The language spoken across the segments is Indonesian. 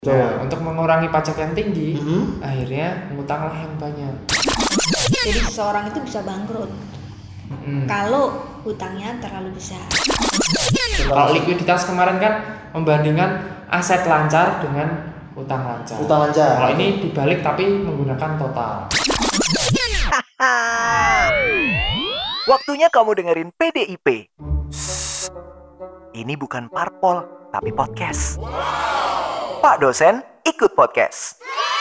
Nah, untuk mengurangi pajak yang tinggi, akhirnya ngutanglah yang banyak. Jadi seseorang itu bisa bangkrut kalau hutangnya terlalu besar. Kalau likuiditas kemarin kan membandingkan aset lancar dengan utang lancar. Kalau ini dibalik tapi menggunakan total. Waktunya kamu dengerin PDIP. Ini bukan parpol, tapi podcast. Pak dosen ikut podcast.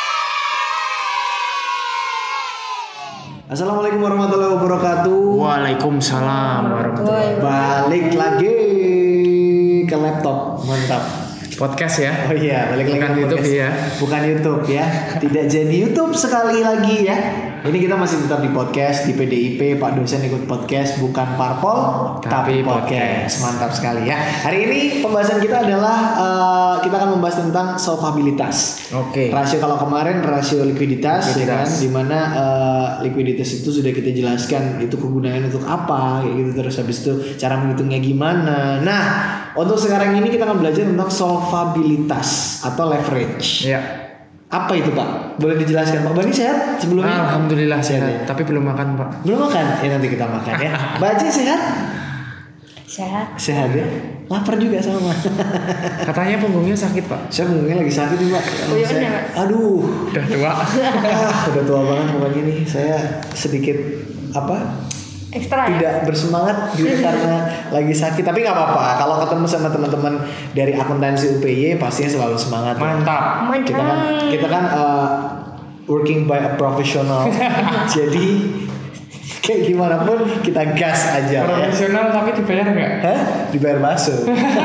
Assalamualaikum warahmatullahi wabarakatuh. Waalaikumsalam warahmatullahi wabarakatuh. Balik lagi ke laptop, mantap. Podcast ya? Oh iya, balik lagi bukan ke YouTube podcast. ya? Bukan YouTube ya, tidak jadi YouTube sekali lagi ya. Ini kita masih tetap di podcast di PDIP, Pak dosen ikut podcast, bukan parpol tapi podcast. Mantap sekali ya. Hari ini pembahasan kita adalah kita akan membahas tentang solvabilitas. Oke. Rasio kalau kemarin rasio likuiditas. Ya kan, dimana likuiditas itu sudah kita jelaskan itu kegunaannya untuk apa, kayak gitu, terus habis itu cara menghitungnya gimana. Nah, untuk sekarang ini kita akan belajar tentang solvabilitas atau leverage. Ya. Apa itu Pak? Boleh dijelaskan Pak? Bani sehat sebelumnya? Alhamdulillah sehat, ya? tapi belum makan Pak. Belum makan? Ya nanti kita makan ya. Mbak Aci sehat? Sehat. Sehat ya? Lapar juga sama. Katanya punggungnya sakit Pak. Saya punggungnya lagi sakit nih Pak. Aduh. Udah tua. Udah tua banget pokoknya nih. Saya sedikit Ekstra ya? tidak bersemangat gitu karena lagi sakit, tapi nggak apa-apa. Kalau ketemu sama teman-teman dari akuntansi UPY pastinya selalu semangat. Mantap. Kita kan working by a professional. Jadi kayak gimana pun kita gas aja. Profesional ya? Tapi dibayar nggak? Hah? Dibayar bakso.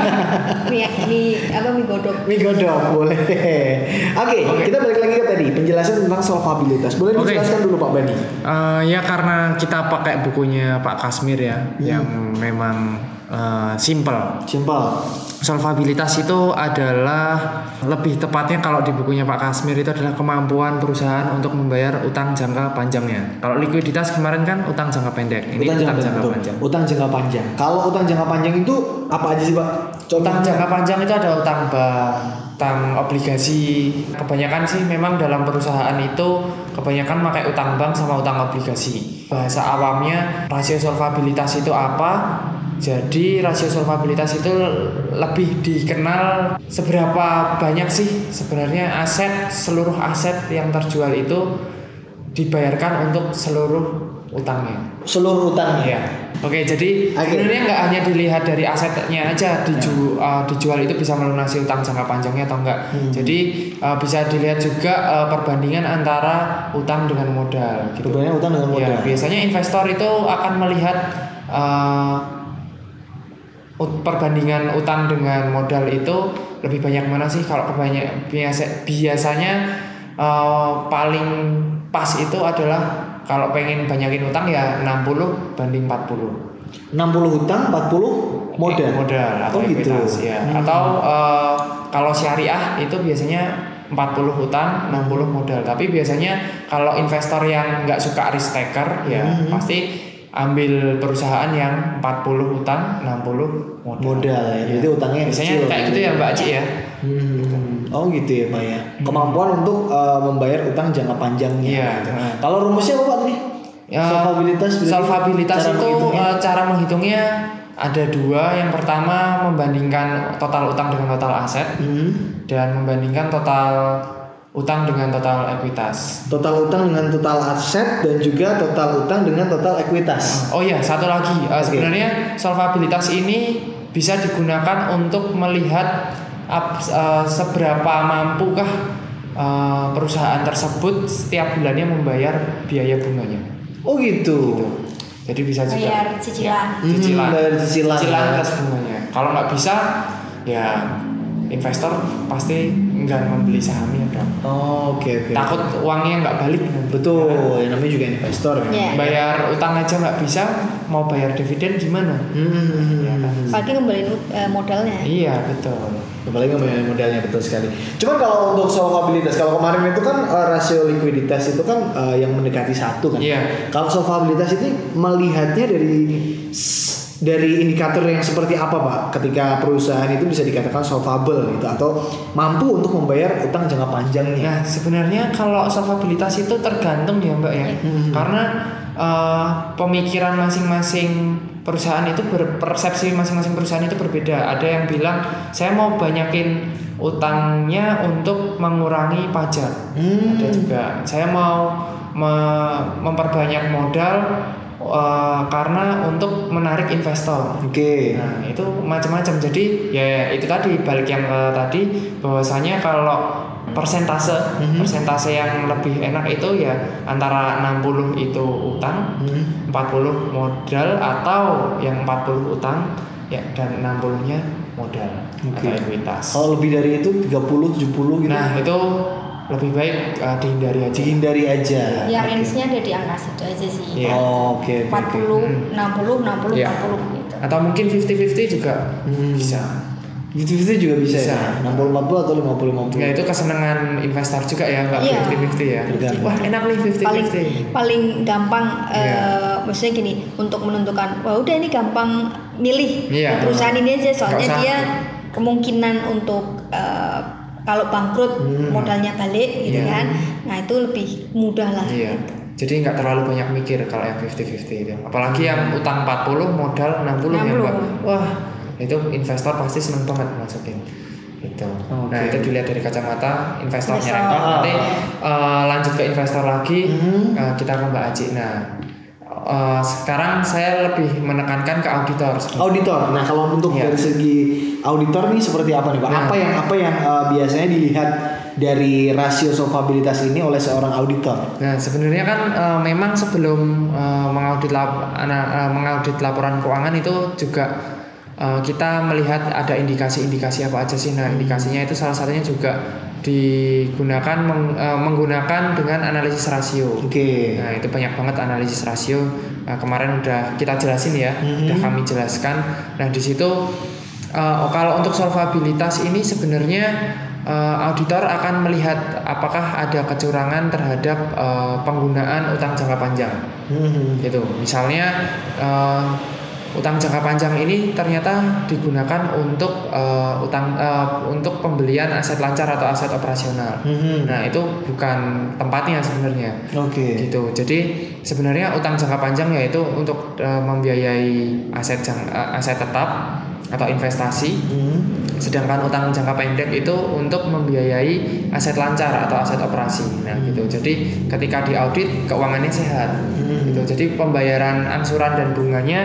Mie godok. Mie godok boleh. Oke, kita balik lagi ke tadi penjelasan tentang solvabilitas. Boleh dijelaskan dulu Pak Bani? Ya karena kita pakai bukunya Pak Kasmir ya, yang memang simple. Solvabilitas itu adalah, lebih tepatnya kalau di bukunya Pak Kasmir itu adalah kemampuan perusahaan untuk membayar utang jangka panjangnya. Kalau likuiditas kemarin kan utang jangka pendek, ini utang jangka panjang. Utang jangka panjang. Kalau utang jangka panjang itu apa aja sih Pak? Utang jangka panjang itu ada utang bank, utang obligasi. Kebanyakan sih memang dalam perusahaan itu kebanyakan pakai utang bank sama utang obligasi. Bahasa awamnya rasio solvabilitas itu apa? Jadi rasio solvabilitas itu lebih dikenal seberapa banyak sih sebenarnya seluruh aset yang terjual itu dibayarkan untuk seluruh utangnya. Seluruh utangnya. Ya. Oke, jadi sebenarnya nggak hanya dilihat dari asetnya aja dijual itu bisa melunasi utang jangka panjangnya atau enggak. Jadi bisa dilihat juga perbandingan antara utang dengan modal. Gitu. Perbandingan utang dengan modal. Ya, biasanya investor itu akan melihat perbandingan utang dengan modal itu lebih banyak mana sih? Kalau biasanya paling pas itu adalah kalau pengen banyakin utang ya 60 banding 40. 60 utang, 40 modal atau ekuitas ya. Atau kalau syariah itu biasanya 40 utang, 60 modal. Tapi biasanya kalau investor yang nggak suka risk taker ya pasti ambil perusahaan yang 40 utang, 60 modal ya. Jadi utangnya biasanya kecil, kayak gitu ya Mbak Ci ya. Oh gitu ya Pak ya. Kemampuan untuk membayar utang jangka panjangnya. Iya. Gitu. Kalau rumusnya apa tadi? Solvabilitas itu cara menghitungnya ada dua. Yang pertama membandingkan total utang dengan total aset dan membandingkan total utang dengan total ekuitas. Total utang dengan total aset dan juga total utang dengan total ekuitas. Oh iya, satu lagi. Sebenarnya solvabilitas ini bisa digunakan untuk melihat seberapa mampukah perusahaan tersebut setiap bulannya membayar biaya bunganya. Oh gitu. Jadi bisa juga bayar cicilan. Bayar cicilan plus bunganya. Kalau nggak bisa, ya investor pasti enggan membeli sahamnya dong. Oh, oke. Takut uangnya nggak balik. Betul, ya namanya juga investor. Yeah. Bayar utang aja nggak bisa, mau bayar dividen gimana? Ya, apalagi ngembaliin modalnya. Iya betul. Apalagi ngembaliin modalnya, betul sekali. Cuman kalau untuk solvabilitas, kalau kemarin itu kan rasio likuiditas itu kan yang mendekati 1 kan. Iya. Kalau solvabilitas itu melihatnya dari dari indikator yang seperti apa Pak ketika perusahaan itu bisa dikatakan solvable gitu atau mampu untuk membayar utang jangka panjangnya? Nah sebenarnya kalau solvabilitas itu tergantung ya Mbak ya, karena pemikiran masing-masing perusahaan itu persepsi masing-masing perusahaan itu berbeda. Ada yang bilang saya mau banyakin utangnya untuk mengurangi pajak, ada juga saya mau memperbanyak modal karena untuk menarik investor. Oke. Nah itu macam-macam. Jadi ya itu tadi balik yang tadi bahwasanya kalau persentase yang lebih enak itu ya antara 60 itu utang, 40 modal atau yang 40 utang ya dan 60-nya modal atau ekuitas. Kalau lebih dari itu 30 70 gitu. Nah itu lebih baik dihindari aja. Ya range-nya ada di angka situ aja sih. Yeah. Oke. 40, 60, 60, Yeah. 40 gitu. Atau mungkin 50-50 juga bisa. 50-50 juga bisa. Bisa. Ya? 60-40 atau 50-50. Ya itu kesenangan investor juga ya, nggak Iya. 50-50 ya. Tergantung. Wah enak nih 50-50. Paling gampang Iya. maksudnya gini untuk menentukan wah udah ini gampang milih Iya. di perusahaan ini aja soalnya Nggak usah. dia kemungkinan untuk kalau bangkrut modalnya balik gitu Iya. kan. Nah itu lebih mudah lah. Iya. Gitu. Jadi nggak terlalu banyak mikir kalau yang 50-50 itu. Apalagi yang utang 40 modal 60 ya 60. Mbak. Wah itu investor pasti seneng banget masukin. Gitu. Nah itu dilihat dari kacamata investornya. Investor. Nanti lanjut ke investor lagi. Kita ke Mbak Aji. Nah sekarang saya lebih menekankan ke auditor. Auditor. Nah, kalau untuk Iya. dari segi auditor nih seperti apa nih Pak? Nah. Apa yang biasanya dilihat dari rasio solvabilitas ini oleh seorang auditor? Nah sebenarnya kan memang sebelum mengaudit laporan keuangan itu juga kita melihat ada indikasi-indikasi apa aja sih. Nah indikasinya itu salah satunya juga digunakan menggunakan dengan analisis rasio. Oke. Nah itu banyak banget analisis rasio. Kemarin udah kita jelasin ya, udah kami jelaskan. Nah di situ kalau untuk solvabilitas ini sebenarnya auditor akan melihat apakah ada kecurangan terhadap penggunaan utang jangka panjang. Gitu. Misalnya utang jangka panjang ini ternyata digunakan untuk untuk pembelian aset lancar atau aset operasional. Nah itu bukan tempatnya sebenarnya. Oke. Gitu. Jadi sebenarnya utang jangka panjang yaitu untuk membiayai aset tetap atau investasi. Sedangkan utang jangka pendek itu untuk membiayai aset lancar atau aset operasi. Nah gitu. Jadi ketika diaudit keuangannya sehat. Gitu. Jadi pembayaran angsuran dan bunganya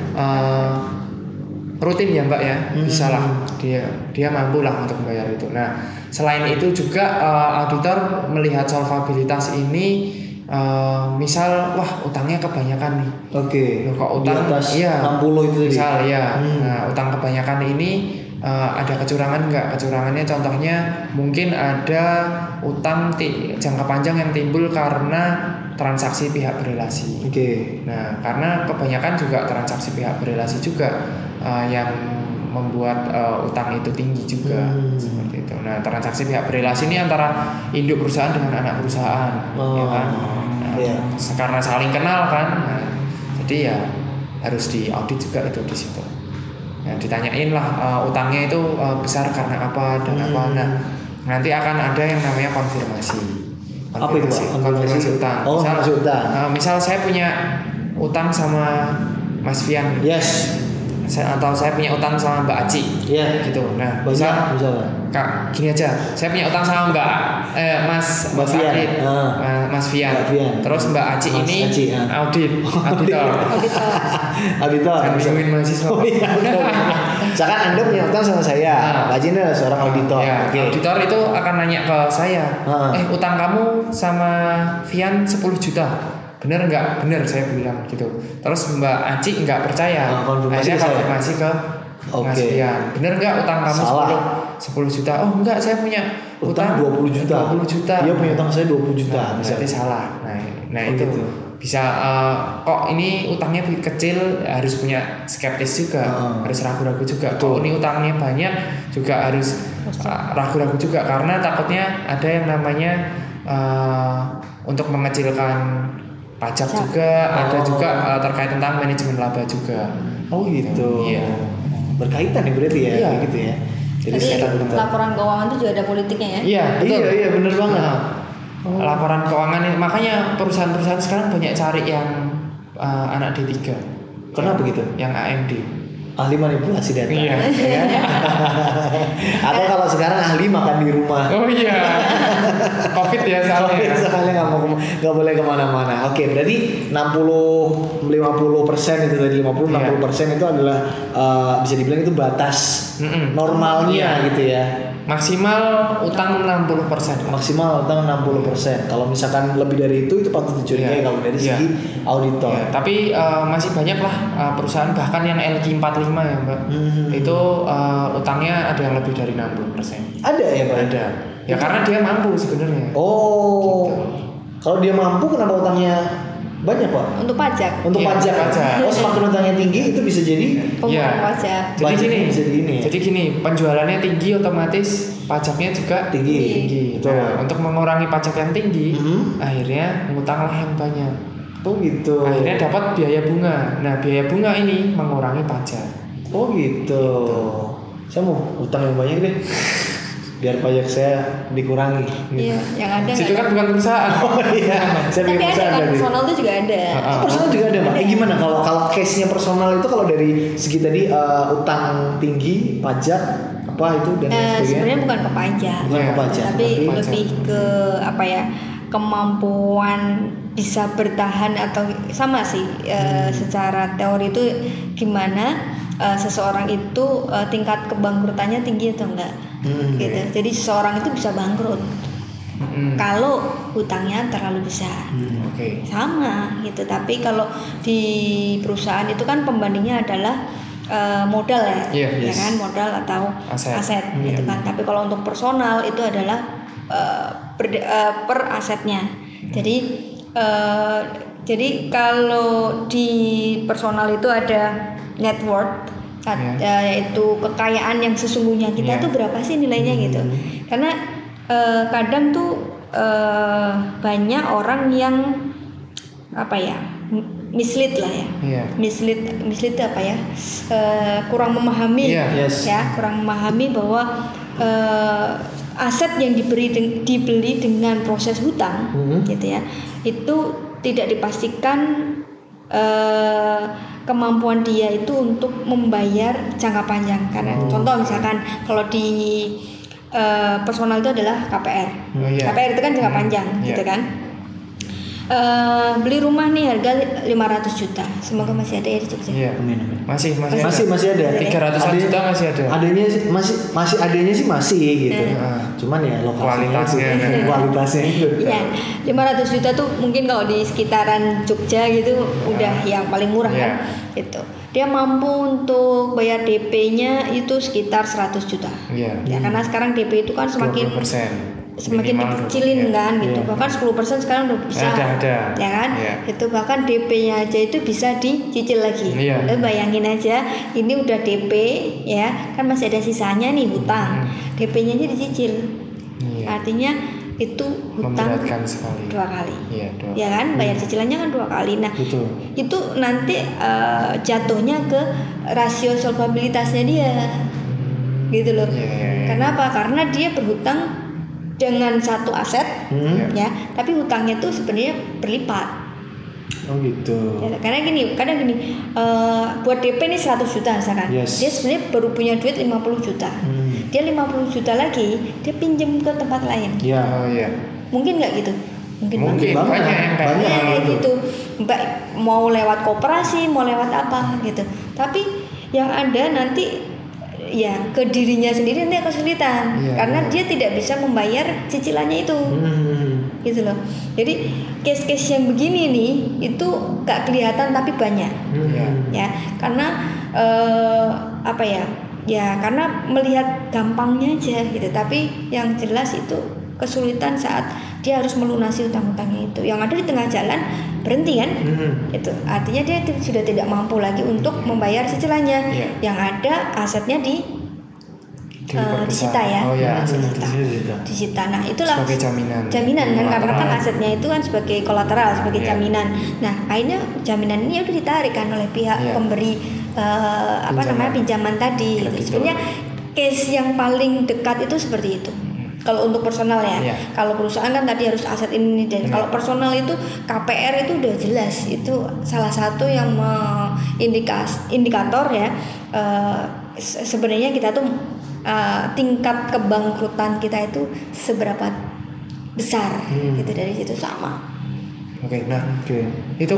rutin ya Mbak ya, bisa lah dia mampu lah untuk membayar itu. Nah selain itu juga auditor melihat solvabilitas ini, misal wah utangnya kebanyakan nih. Oke. Loh, kok utang di atas iya, 60 itu tadi. misal ya, nah utang kebanyakan ini ada kecurangan nggak? Kecurangannya contohnya mungkin ada utang jangka panjang yang timbul karena transaksi pihak berelasi. Oke. Nah, karena kebanyakan juga transaksi pihak berelasi juga yang membuat utang itu tinggi juga seperti itu. Nah, transaksi pihak berelasi ini antara induk perusahaan dengan anak perusahaan, ya kan? Nah, iya. karena saling kenal kan, nah, jadi ya harus diaudit juga itu di situ. Ya, ditanyain lah utangnya itu besar karena apa dan apa. Nah, nanti akan ada yang namanya konfirmasi. Apa itu Pak? Konfirmasi utang. Oh, konfirmasi utang. Misal saya punya utang sama Mas Fian. Yes. Atau saya punya utang sama Mbak Aci. Iya. Gitu. Nah, Bisa. Kak, gini aja. Saya punya utang sama Mas Fian. Akid, Mas Fian. Mbak Fian. Terus Mbak Aci Mas ini Aci, auditor. Auditor. Jangan binguin mahasiswa. Oh iya. Misalkan Anda punya utang sama saya, Mbak Aci ini adalah seorang auditor. Ya, Oke. auditor itu akan nanya ke saya, utang kamu sama Fian 10 juta. Bener nggak? Bener, saya bilang gitu. Terus Mbak Aci nggak percaya. Konfirmasi saya konfirmasi ke Mas Fian. Bener nggak utang kamu 10 juta? Oh enggak, saya punya utang 20 juta. 20 juta. Dia punya utang saya 20 juta. Nah, berarti salah. Nah itu gitu. bisa kok ini utangnya kecil, harus punya skeptis juga, harus ragu-ragu juga. Kok ini utangnya banyak, juga harus ragu-ragu juga karena takutnya ada yang namanya untuk mengecilkan pajak juga, ada juga terkait tentang manajemen laba juga. Oh gitu. Iya. Berkaitan ya berarti ya, Iya. kayak gitu ya. Jadi laporan keuangan itu juga ada politiknya ya. Iya, betul. Iya bener banget. Nah, laporan keuangan ini, makanya perusahaan-perusahaan sekarang banyak cari yang anak D3. Kenapa gitu? Yang AMD. Ahli manipulasi data. Iya. Ya kan? Atau kalau sekarang ahli makan di rumah. Oh iya. Covid ya soalnya. Covid soalnya nggak boleh kemana-mana. Oke, berarti 60-50% itu tadi 50-60% itu adalah bisa dibilang itu batas normalnya Iya. gitu ya. Maksimal utang 60%. Maksimal utang 60%. Kalau misalkan lebih dari itu patut dicurigai Iya. kalau dari Iya. segi auditor. Ya, tapi masih banyak lah perusahaan bahkan yang LQ45 ya Mbak. Itu utangnya ada yang lebih dari 60%. Ada ya Pak? Ada. Ya karena dia mampu sebenarnya. Oh. Gitu. Kalau dia mampu kenapa utangnya banyak Pak? Untuk pajak. Untuk Iya, pajak. pajak. Oh, semakin utangnya tinggi itu bisa jadi Pengeluaran Iya. pajak. Jadi Pajaknya gini, bisa di ini ya? jadi gini, penjualannya tinggi otomatis pajaknya juga tinggi. tinggi. Betul. Nah, untuk mengurangi pajak yang tinggi, Mhm. akhirnya ngutanglah yang banyak. Oh gitu. Akhirnya dapat biaya bunga. Nah, biaya bunga ini mengurangi pajak. Oh gitu. Saya mau utang yang banyak deh. Biar pajak saya dikurangi. Iya, yang ada Situ nggak kan bukan perusahaan. Oh iya, saya Tapi bikin ada perusahaan kan tadi. personal itu juga ada. Oh, personal juga ada, Mbak. Gimana kalau case-nya personal itu kalau dari segi tadi utang tinggi, pajak apa itu dan lain sebagainya? Sebenarnya bukan ke pajak, Bukan ke Iya. pajak, tapi pajak. lebih ke apa ya, kemampuan bisa bertahan atau sama sih secara teori itu gimana seseorang itu tingkat kebangkrutannya tinggi atau enggak gitu. Jadi seseorang itu bisa bangkrut kalau hutangnya terlalu besar. Oke. Sama gitu. Tapi kalau di perusahaan itu kan pembandingnya adalah modal ya, Iya, ya yes. kan, modal atau Aset. aset gitu kan. Tapi kalau untuk personal itu adalah per asetnya. Jadi kalau di personal itu ada net worth, yaitu kekayaan yang sesungguhnya kita tuh berapa sih nilainya gitu. Karena kadang tuh banyak orang yang apa ya, mislead lah ya. Iya. Mislead itu apa ya? Kurang memahami, Iya, yes. ya, kurang memahami bahwa aset yang dibeli dengan proses hutang, gitu ya, itu tidak dipastikan kemampuan dia itu untuk membayar jangka panjang. Karena contoh misalkan kalau di personal itu adalah KPR. Oh, iya. KPR itu kan jangka panjang, Iya. gitu kan. Beli rumah nih harga 500 juta. Semoga masih ada ya di Jogja. Iya. Amin, amin. Masih Masih ada. 300-an juta masih ada. Adanya sih masih adanya sih masih gitu. Cuman ya lokasinya kualitasnya itu. Iya, 500 juta tuh mungkin kalau di sekitaran Jogja gitu udah yang paling murah kan, gitu. Dia mampu untuk bayar DP-nya itu sekitar 100 juta. Iya. Ya karena sekarang DP itu kan semakin 20%. semakin Minimal dikecilin 20%. kan gitu. Iya. Bahkan 10% sekarang udah bisa. Ada. Ya kan? Iya. Itu bahkan DP-nya aja itu bisa dicicil lagi. Iya. Lo bayangin aja, ini udah DP ya, kan masih ada sisanya nih hutang. DP-nya aja dicicil. Iya. Artinya itu hutang Memberatkan sekali. 2 kali. Iya, 2. Ya kan, bayar cicilannya kan 2 kali. Nah, Betul. itu nanti jatuhnya ke rasio solvabilitasnya dia. Gitu loh. Iya. Kenapa? Karena dia berhutang dengan satu aset, ya, tapi hutangnya tuh sebenarnya berlipat. Oh gitu. Ya, karena kadang gini, buat DP nih 100 juta misalkan, Yes. dia sebenarnya baru punya duit 50 juta. Dia 50 juta lagi, dia pinjem ke tempat lain. Ya. Oh iya. Mungkin nggak gitu? Mungkin Mungkin banget. banyak yang kayak Banyak. Iya, kayak gitu. Mbak mau lewat koperasi, mau lewat apa gitu. Tapi yang ada nanti ya ke dirinya sendiri nanti kesulitan. Iya, Karena dia tidak bisa membayar cicilannya itu. Gitu loh. Jadi case-case yang begini nih itu gak kelihatan tapi banyak. Iya. Ya, karena apa ya? Ya, karena melihat gampangnya aja gitu. Tapi yang jelas itu kesulitan saat dia harus melunasi utang-utangnya itu. Yang ada di tengah jalan berhenti kan? Itu artinya dia sudah tidak mampu lagi untuk membayar cicilannya. Iya. Yang ada asetnya disita ya. Oh iya. Disita. Nah, itulah Sebagai jaminan. Jaminan kan, karena kan Kolateral. asetnya itu kan sebagai kolateral, sebagai Iya. jaminan. Nah, akhirnya jaminan ini udah ditarik kan oleh pihak Iya. pemberi pinjaman tadi. Sebenarnya case yang paling dekat itu seperti itu. Kalau untuk personal ya, kalau perusahaan kan tadi harus aset ini dan kalau personal itu KPR itu udah jelas, itu salah satu yang indikator ya. Sebenarnya kita tuh tingkat kebangkrutan kita itu seberapa besar, gitu dari situ sama. Oke, itu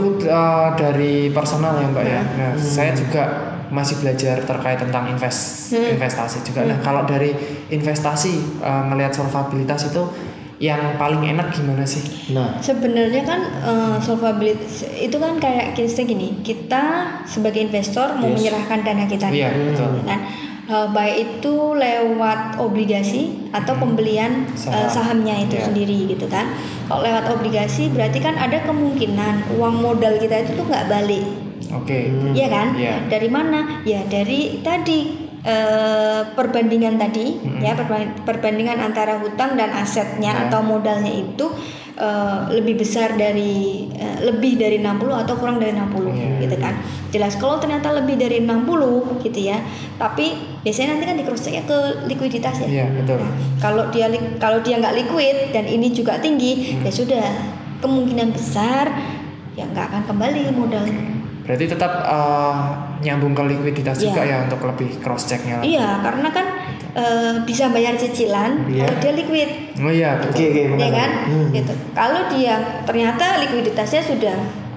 dari personal ya Mbak ya. Nah, saya juga masih belajar terkait tentang investasi juga. Nah, kalau dari investasi ngelihat solvabilitas itu yang paling enak gimana sih? Nah, sebenarnya kan solvabilitas itu kan kayak gini, kita sebagai investor mau menyerahkan dana kita, betul. Kan? Baik itu lewat obligasi atau pembelian sahamnya itu sendiri gitu kan. Kalau lewat obligasi berarti kan ada kemungkinan uang modal kita itu tuh nggak balik. Oke. Iya kan? Dari mana? Ya dari tadi perbandingan tadi ya, perbandingan antara hutang dan asetnya atau modalnya itu lebih besar dari lebih dari 60 atau kurang dari 60 gitu kan. Jelas kalau ternyata lebih dari 60 gitu ya. Tapi biasanya nanti kan di cross check ke likuiditas ya. Iya, betul. Nah, kalau dia nggak liquid dan ini juga tinggi, ya sudah kemungkinan besar ya nggak akan kembali modalnya. Berarti tetap nyambung ke likuiditas juga ya untuk lebih cross checknya. Iya, karena kan bisa bayar cicilan kalau dia liquid. Oh iya, betul. Ya kan? Gitu. Kalau dia ternyata likuiditasnya sudah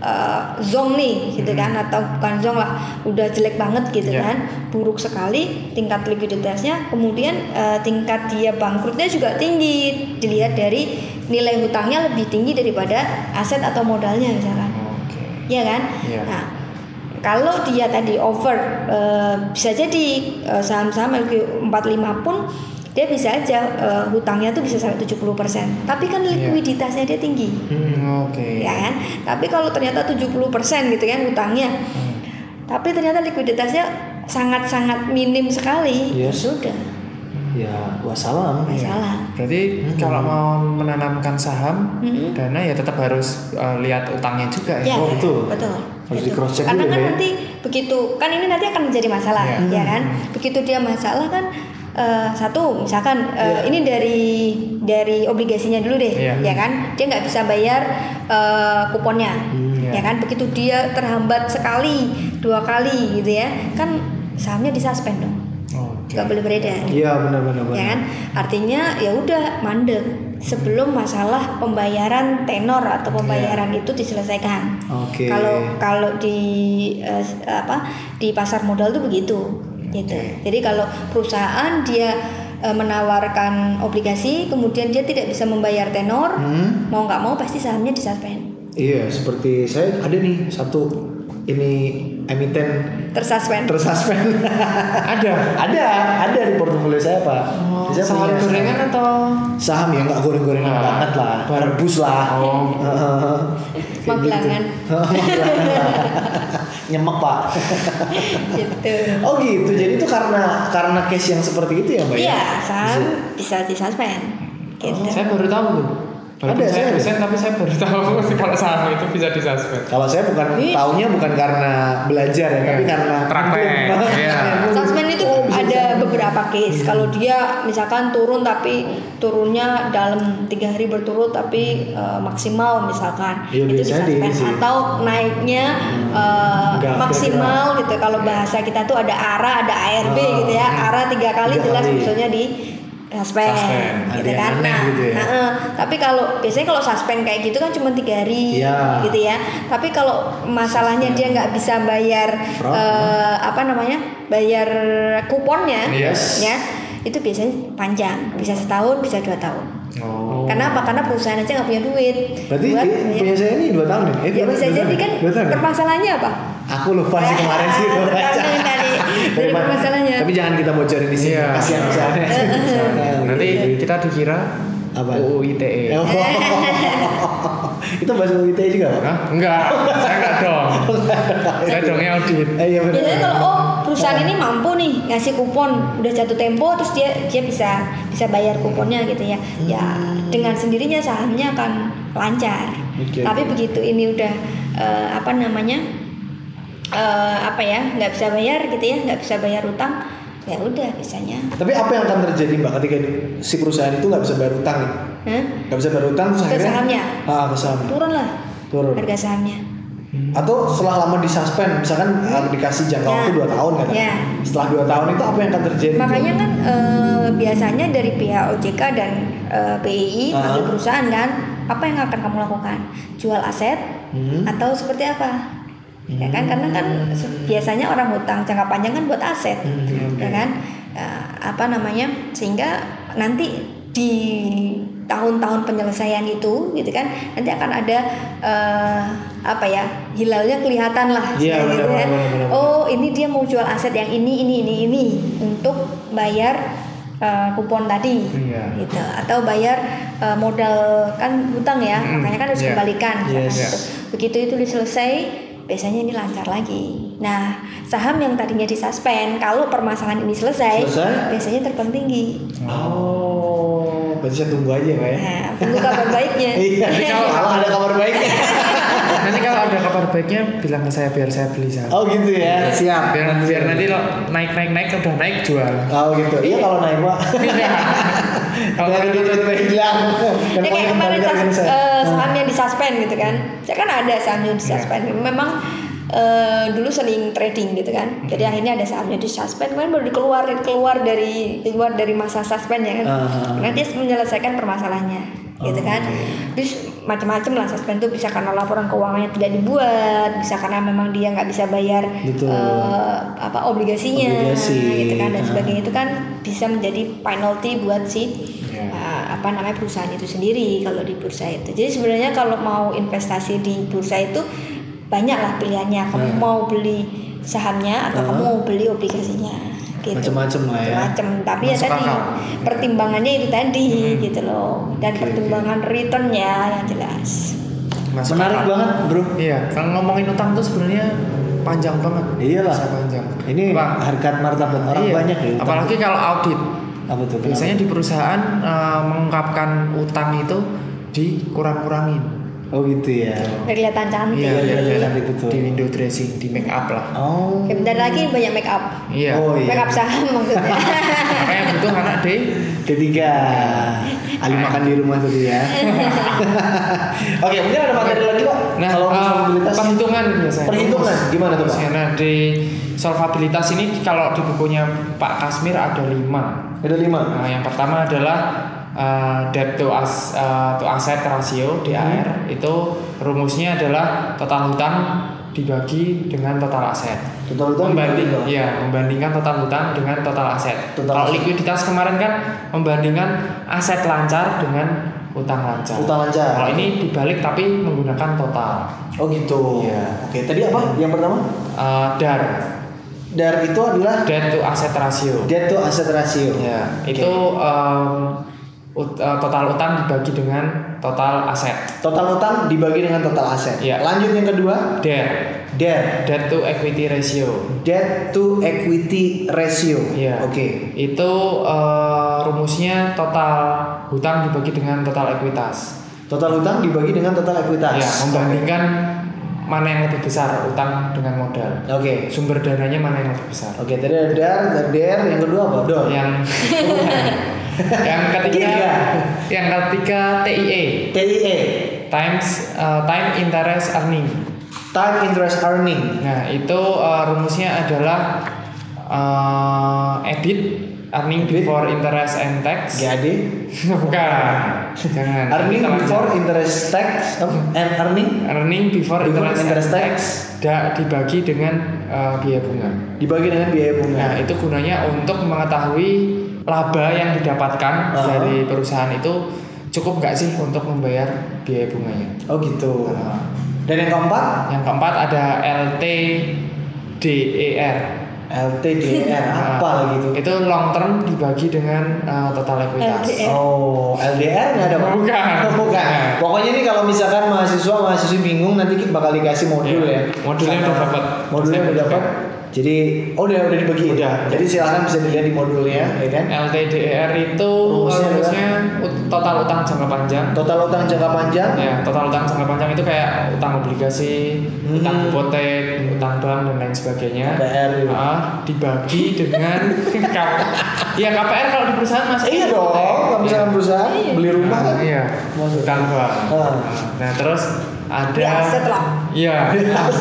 zonk nih gitu kan, atau bukan zonk lah, udah jelek banget gitu kan, buruk sekali tingkat likuiditasnya, kemudian tingkat dia bangkrutnya juga tinggi, dilihat dari nilai hutangnya lebih tinggi daripada aset atau modalnya misalkan. Iya kan? Nah, kalau dia tadi over, bisa jadi saham-saham LQ45 pun dia bisa aja hutangnya tuh bisa sampai 70%. Tapi kan likuiditasnya dia tinggi. Ya kan? Tapi kalau ternyata 70% gitu kan hutangnya, tapi ternyata likuiditasnya sangat-sangat minim sekali, sudah. Ya, wassalam. Berarti kalau mau menanamkan saham, dana ya tetap harus lihat utangnya juga ya. Betul. Harus di cross check karena dulu kan ya. nanti begitu kan ini nanti akan menjadi masalah ya kan. Begitu dia masalah kan satu misalkan ini dari obligasinya dulu deh ya kan, dia nggak bisa bayar kuponnya ya kan. Begitu dia terhambat sekali 2 kali gitu ya kan, sahamnya disuspend dong. Gak boleh beredar. Iya benar. Ya kan, artinya ya udah mandek sebelum masalah pembayaran tenor atau pembayaran itu diselesaikan. Kalau di pasar modal tuh begitu, gitu. Jadi kalau perusahaan dia menawarkan obligasi, kemudian dia tidak bisa membayar tenor, mau nggak mau pasti sahamnya disuspend. Iya, seperti saya ada nih satu ini emiten tersuspend. ada di portofolio saya Pak. Saham gorengan atau saham ya nggak goreng-gorengan banget lah, rebus lah. Magelangan. Nyemek Pak. Gitu. Oh gitu. Jadi itu karena case yang seperti itu ya Mbak? Iya, saham bisa disuspend. Gitu. Saya baru tahu tuh. Saya dosen tapi saya baru tahu kalau saham itu bisa disuspend. Kalau saya taunya bukan karena belajar ya, tapi karena praktek. Suspend itu ada beberapa case. Kalau dia misalkan turun tapi turunnya dalam 3 hari berturut tapi maksimal misalkan itu disuspend, atau naiknya maksimal gitu. Kalau bahasa kita tuh ada ARA, ada ARB gitu ya. ARA 3 kali jelas maksudnya di suspend gitu kan. Tapi kalau suspend kayak gitu kan cuma 3 hari gitu ya. Tapi kalau masalahnya dia nggak bisa bayar bayar kuponnya ya, itu biasanya panjang, bisa setahun, bisa 2 tahun. Karena apa? Karena perusahaan aja nggak punya duit. Berarti punya saya ini 2 tahun nih. Ya bisa jadi kan permasalahannya apa? Aku lupa sih kemarin sih baca. Dari permasalahannya. Tapi jangan kita bocorin di sini. Kasihan misalnya. Nanti kita dikira apa? UU ITE. Itu bahasa UU ITE juga Pak? Enggak, saya enggak dong. Saya dongnya audit. Iya benar. Biasanya kalau perusahaan ini mampu nih ngasih kupon, udah jatuh tempo terus dia bisa bayar kuponnya gitu ya. Ya dengan sendirinya sahamnya akan lancar. Tapi begitu ini udah nggak bisa bayar gitu ya, nggak bisa bayar utang, ya udah biasanya. Tapi apa yang akan terjadi Mbak ketika si perusahaan itu nggak bisa bayar utang nih? Nggak bisa bayar utang terus Ke akhirnya sahamnya? Ke sahamnya. Turun lah Turun. harga sahamnya. Atau setelah lama disuspend, misalkan dikasih jangka waktu 2 tahun kan? Ya. Setelah 2 tahun itu apa yang akan terjadi? Makanya kan biasanya dari pihak OJK dan BI atau perusahaan kan, apa yang akan kamu lakukan? Jual aset atau seperti apa? Ya kan, karena kan biasanya orang hutang jangka panjang kan buat aset, ya kan? Sehingga nanti di tahun-tahun penyelesaian itu gitu kan, nanti akan ada hilalnya kelihatan lah, Iya, gitu kan. benar. Oh, ini dia mau jual aset yang ini untuk bayar kupon tadi, gitu, atau bayar modal kan hutang ya, makanya kan harus kembalikan. Begitu itu diselesai, biasanya ini lancar lagi. Nah, saham yang tadinya disuspend, kalau permasalahan ini selesai? Biasanya terbang tinggi. Oh, berarti saya tunggu aja Pak ya. Nah, tunggu kabar baiknya. Iya, kalau ada kabar baiknya. Nanti kalau ada kabar baiknya bilang ke saya biar saya beli saham. Oh gitu ya, siap. Biar nanti lo naik udah naik jual. Oh gitu. Iya kalau naik Pak. Kalau dia tiba-tiba hilang. Ini kayak kemarin saham yang disuspend gitu kan. Saya kan ada saham yang disuspend. Memang dulu sering trading gitu kan. Jadi akhirnya ada sahamnya disuspend, kan baru keluar dari masa suspend ya kan. Nanti menyelesaikan permasalahannya gitu kan. Terus macam-macam lah, suspend itu bisa karena laporan keuangannya tidak dibuat, bisa karena memang dia nggak bisa bayar obligasinya gitu kan, dan sebagainya. Itu kan bisa menjadi penalty buat si perusahaan itu sendiri kalau di bursa itu. Jadi sebenarnya kalau mau investasi di bursa itu banyak lah pilihannya. Kamu mau beli sahamnya atau kamu mau beli obligasinya, gitu. Macam-macam lah ya. Macam-macam. Tapi ya tadi pertimbangannya itu tadi gitu loh. Dan pertimbangan returnnya yang jelas. Menarik banget bro. Iya, kalau ngomongin utang tuh sebenarnya panjang banget. Iyalah. Panjang. Ini harkat martabat orang banyak ya. Apalagi kalau audit. Apa tuh? Biasanya di perusahaan mengungkapkan utang itu dikurang-kurangin. Oh gitu ya. Kelihatan cantik. Iya, cantik betul. Di window dressing, di make up lah. Oh. Ya, bentar lagi banyak make up. Iya. Oh, iya. Make up saham maksudnya. Makanya butuh anak ketiga. Ali makan di rumah tadi ya. Oke, mungkin ada materi lagi Pak. Nah, kalau solvabilitas perhitungan biasanya. Perhitungan gimana tuh Pak? Nah, di solvabilitas ini kalau di bukunya Pak Kasmir ada 5. Ada 5. Nah, yang pertama adalah debt to asset ratio (DAR). Itu rumusnya adalah total hutang dibagi dengan total aset. Total hutang membandingkan total hutang dengan total aset. Kalau likuiditas kemarin kan membandingkan aset lancar dengan utang lancar. Kalau ini dibalik tapi menggunakan total. Oh gitu. Iya. Oke, tadi apa? Yang pertama? DAR. DAR itu adalah debt to asset ratio. Debt to asset ratio. Ya, itu total utang dibagi dengan total aset. Total utang dibagi dengan total aset. Ya. Lanjut yang kedua, debt to equity ratio. Debt to equity ratio. Ya. Oke. Itu rumusnya total hutang dibagi dengan total ekuitas. Total hutang dibagi dengan total ekuitas. Ya, membandingkan mana yang lebih besar, utang dengan modal. Oke. Sumber dananya mana yang lebih besar. Oke, tadi ada DAR, yang kedua apa? Yang ketiga TIE. Time interest earning. Time interest earning. Nah, itu rumusnya adalah EBIT, earning before interest and tax. GAD. Bukan. Jangan. Earning before interest tax and earning before interest tax dibagi dengan biaya bunga. Nah, itu gunanya untuk mengetahui laba yang didapatkan dari perusahaan itu cukup nggak sih untuk membayar biaya bunganya. Oh gitu. Dan yang keempat? Yang keempat ada LTDER. Apa lagi itu? Itu long term dibagi dengan total ekuitas. Oh, LDR nggak ada Pak? Bukan. Pokoknya ini kalau misalkan mahasiswi bingung nanti bakal dikasih modul ya. Modulnya udah dapat. Jadi udah dibagi. Udah. Jadi silakan bisa dilihat di modulnya, ya kan? LTDR itu rumusnya total utang jangka panjang. Total utang jangka panjang. Ya, total utang jangka panjang itu kayak utang obligasi, utang hipotek, utang bank dan lain sebagainya. KPR gitu. Dibagi dengan ya KPR kalau di perusahaan masih Iya dong, kalau misalkan perusahaan beli rumah kan. Iya, utang bank. Nah, terus ada aset lah. Iya.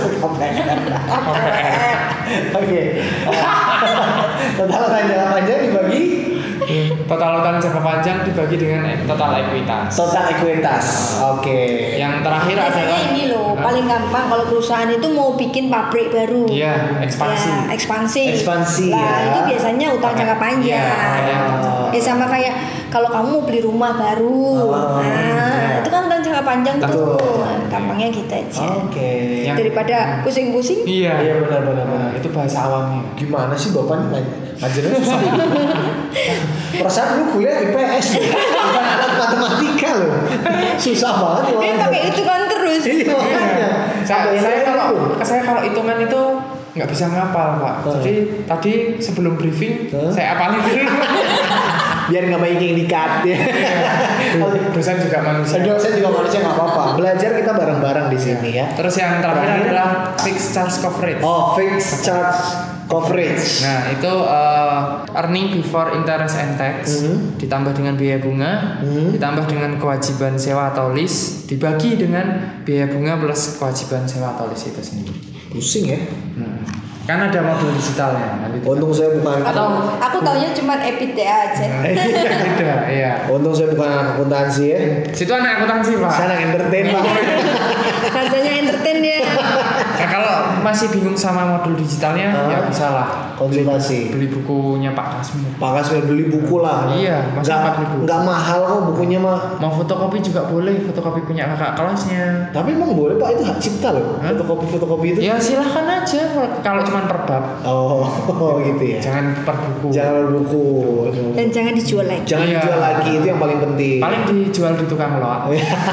Oke. Total utang jangka panjang dibagi. Total utang jangka panjang dibagi dengan total ekuitas. Total ekuitas. Oke. Yang terakhir Biasanya adalah ini loh, paling gampang kalau perusahaan itu mau bikin pabrik baru. Iya, ekspansi. Ya, ekspansi. Ekspansi, Lah, ya. itu biasanya utang jangka panjang. Iya. Ya sama kayak kalau kamu mau beli rumah baru. Itu kan utang jangka panjang tuh. Nah, gampangnya gitu aja. Oke. Daripada pusing-pusing. Iya, benar. itu bahasa awamnya. Gimana sih Bapak ngajarnya susah? Perasaan dulu kuliah IPS bukan alat matematika loh. Susah banget loh. Dia pakai hitungan terus. Iya makanya. Saya kalau hitungan itu nggak bisa ngapal Pak. Jadi tadi sebelum briefing saya apalin dulu. Biar nggak banyak yang dikat ya. Dosen juga manusia. Dosen juga manusia nggak apa-apa. Belajar kita bareng-bareng di sini ya. Terus yang terakhir adalah fixed charge coverage. Oh, fixed charge coverage. Nah itu earning before interest and tax ditambah dengan biaya bunga, ditambah dengan kewajiban sewa atau lease, dibagi dengan biaya bunga plus kewajiban sewa atau lease itu sendiri. Pusing ya. Kan ada modul digitalnya. Untung saya bukan. Aku taunya cuma EBITDA aja. Tidak, iya. Untung saya bukan anak akuntansi ya. Situ anak akuntansi Pak. Saya anak entertain Pak. Rasanya entertain ya. Nah, kalau masih bingung sama modul digitalnya, ya bisa lah konsultasi. beli bukunya Pak Kasmi. Pak Kasmi beli buku lah. Iya, masa 4.000. Nggak mahal kok bukunya mah. Mau fotokopi juga boleh, fotokopi punya kakak kelasnya. Tapi emang boleh Pak, itu hak cipta loh. Fotokopi itu. Ya silahkan aja kalau cuma per bab. Oh, gitu ya. Jangan per buku. Jangan per buku. Dan jangan dijual lagi. Jangan Iya. dijual lagi, itu yang paling penting. Paling dijual di tukang loak.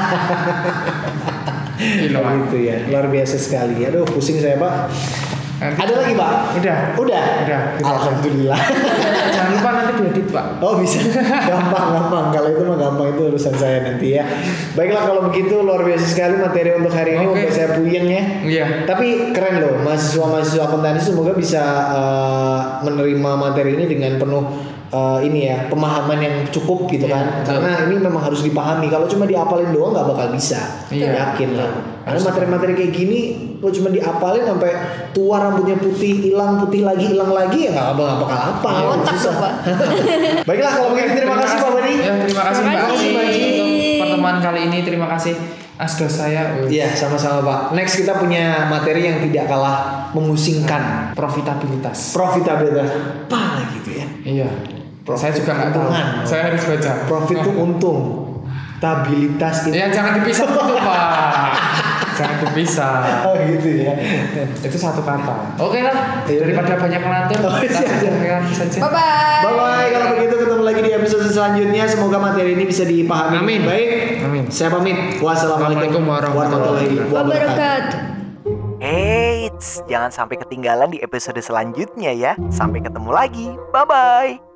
Gitu ya. Luar biasa sekali. Aduh, pusing saya Pak. Ada lagi Pak? Udah. Alhamdulillah. Jangan lupa nanti diedit Pak. Oh bisa. Gampang. Kalau itu mah gampang, itu urusan saya nanti ya. Baiklah kalau begitu, luar biasa sekali materi untuk hari ini. Membuat saya puyeng ya. Iya. Tapi keren loh, mahasiswa akuntansi semoga bisa menerima materi ini dengan penuh pemahaman yang cukup gitu kan. Karena ini memang harus dipahami. Kalau cuma diapalin doang nggak bakal bisa. Iya. Yakin lah. Karena materi-materi kayak gini, kalau cuma diapalin sampai tua rambutnya putih, hilang putih lagi, hilang lagi ya nggak bakal apa. Otak tuh Pak. Baiklah kalau begitu terima kasih Pak Bani. Ya, terima kasih Pak Terima kasih. untuk pertemuan kali ini. Terima kasih asdos saya. Iya sama-sama Pak. Next kita punya materi yang tidak kalah memusingkan. Profitabilitas. Apa gitu ya? Iya. Saya juga nggak tahu. Keuntungan. Saya harus baca. Profit itu untung. Stabilitas itu. Ya jangan dipisah gitu Pak. Jangan dipisah. Oh gitu ya. Itu satu kata. Oke lah. Daripada banyak ngelantur. Kita dengarkan saja. Bye bye. Bye bye. Kalau begitu ketemu lagi di episode selanjutnya. Semoga materi ini bisa dipahami Amin. baik. Amin. Saya pamit. Wassalamualaikum warahmatullahi wabarakatuh. Wabarakatuh. Eits, jangan sampai ketinggalan di episode selanjutnya ya. Sampai ketemu lagi. Bye-bye.